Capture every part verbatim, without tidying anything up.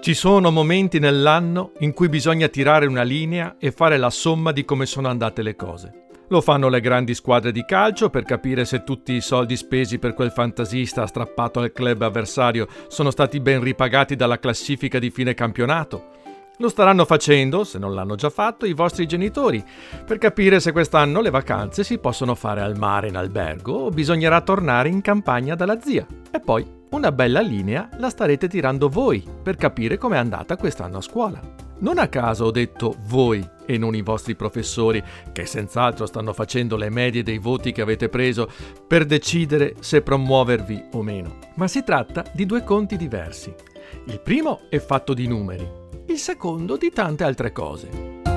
Ci sono momenti nell'anno in cui bisogna tirare una linea e fare la somma di come sono andate le cose. Lo fanno le grandi squadre di calcio per capire se tutti i soldi spesi per quel fantasista strappato al club avversario sono stati ben ripagati dalla classifica di fine campionato. Lo staranno facendo, se non l'hanno già fatto, i vostri genitori, per capire se quest'anno le vacanze si possono fare al mare in albergo o bisognerà tornare in campagna dalla zia. E poi una bella linea la starete tirando voi per capire com'è andata quest'anno a scuola. Non a caso ho detto voi e non i vostri professori, che senz'altro stanno facendo le medie dei voti che avete preso per decidere se promuovervi o meno. Ma si tratta di due conti diversi. Il primo è fatto di numeri, il secondo di tante altre cose.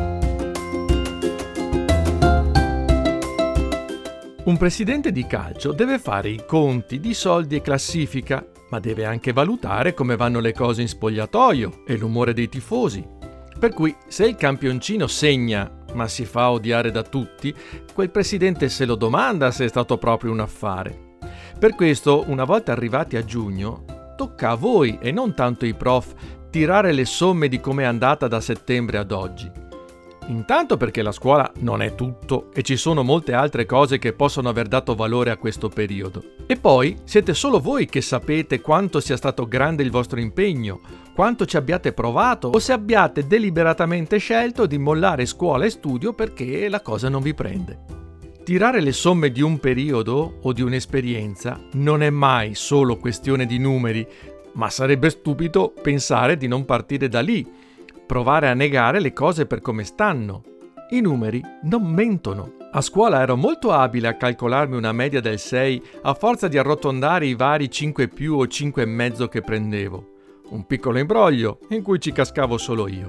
Un presidente di calcio deve fare i conti di soldi e classifica, ma deve anche valutare come vanno le cose in spogliatoio e l'umore dei tifosi. Per cui, se il campioncino segna, ma si fa odiare da tutti, quel presidente se lo domanda se è stato proprio un affare. Per questo, una volta arrivati a giugno, tocca a voi e non tanto ai prof tirare le somme di come è andata da settembre ad oggi. Intanto perché la scuola non è tutto e ci sono molte altre cose che possono aver dato valore a questo periodo. E poi siete solo voi che sapete quanto sia stato grande il vostro impegno, quanto ci abbiate provato o se abbiate deliberatamente scelto di mollare scuola e studio perché la cosa non vi prende. Tirare le somme di un periodo o di un'esperienza non è mai solo questione di numeri, ma sarebbe stupido pensare di non partire da lì, provare a negare le cose per come stanno. I numeri non mentono. A scuola ero molto abile a calcolarmi una media del sei a forza di arrotondare i vari cinque più o cinque e mezzo che prendevo. Un piccolo imbroglio in cui ci cascavo solo io.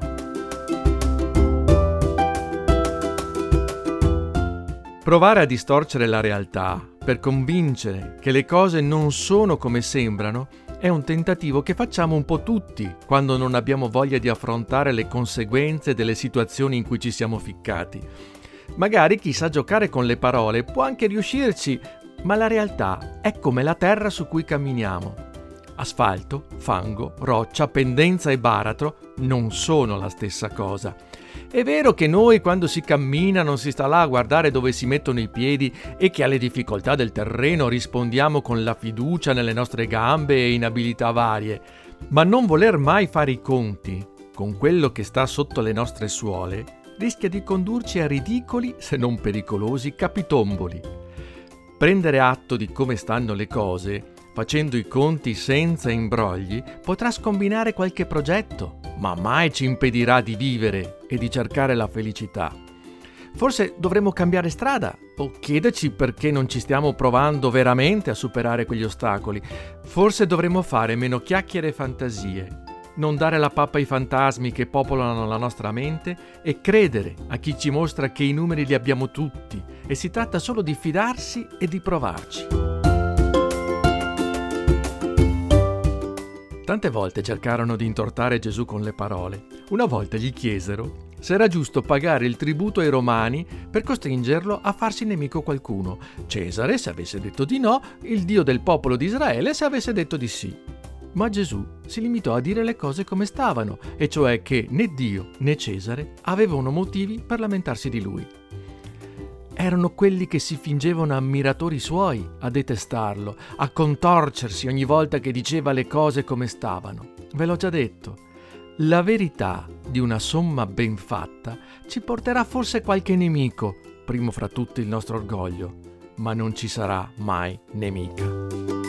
Provare a distorcere la realtà per convincere che le cose non sono come sembrano è un tentativo che facciamo un po' tutti quando non abbiamo voglia di affrontare le conseguenze delle situazioni in cui ci siamo ficcati. Magari chi sa giocare con le parole può anche riuscirci, ma la realtà è come la terra su cui camminiamo. Asfalto, fango, roccia, pendenza e baratro non sono la stessa cosa. È vero che noi quando si cammina non si sta là a guardare dove si mettono i piedi e che alle difficoltà del terreno rispondiamo con la fiducia nelle nostre gambe e in abilità varie, ma non voler mai fare i conti con quello che sta sotto le nostre suole rischia di condurci a ridicoli, se non pericolosi, capitomboli. Prendere atto di come stanno le cose, facendo i conti senza imbrogli, potrà scombinare qualche progetto, ma mai ci impedirà di vivere e di cercare la felicità. Forse dovremmo cambiare strada o chiederci perché non ci stiamo provando veramente a superare quegli ostacoli. Forse dovremmo fare meno chiacchiere e fantasie, non dare la pappa ai fantasmi che popolano la nostra mente e credere a chi ci mostra che i numeri li abbiamo tutti e si tratta solo di fidarsi e di provarci. Tante volte cercarono di intortare Gesù con le parole. Una volta gli chiesero se era giusto pagare il tributo ai Romani per costringerlo a farsi nemico qualcuno. Cesare se avesse detto di no, il Dio del popolo di Israele se avesse detto di sì. Ma Gesù si limitò a dire le cose come stavano, e cioè che né Dio né Cesare avevano motivi per lamentarsi di lui. Erano quelli che si fingevano ammiratori suoi a detestarlo, a contorcersi ogni volta che diceva le cose come stavano. Ve l'ho già detto, la verità di una somma ben fatta ci porterà forse qualche nemico, primo fra tutti il nostro orgoglio, ma non ci sarà mai nemica.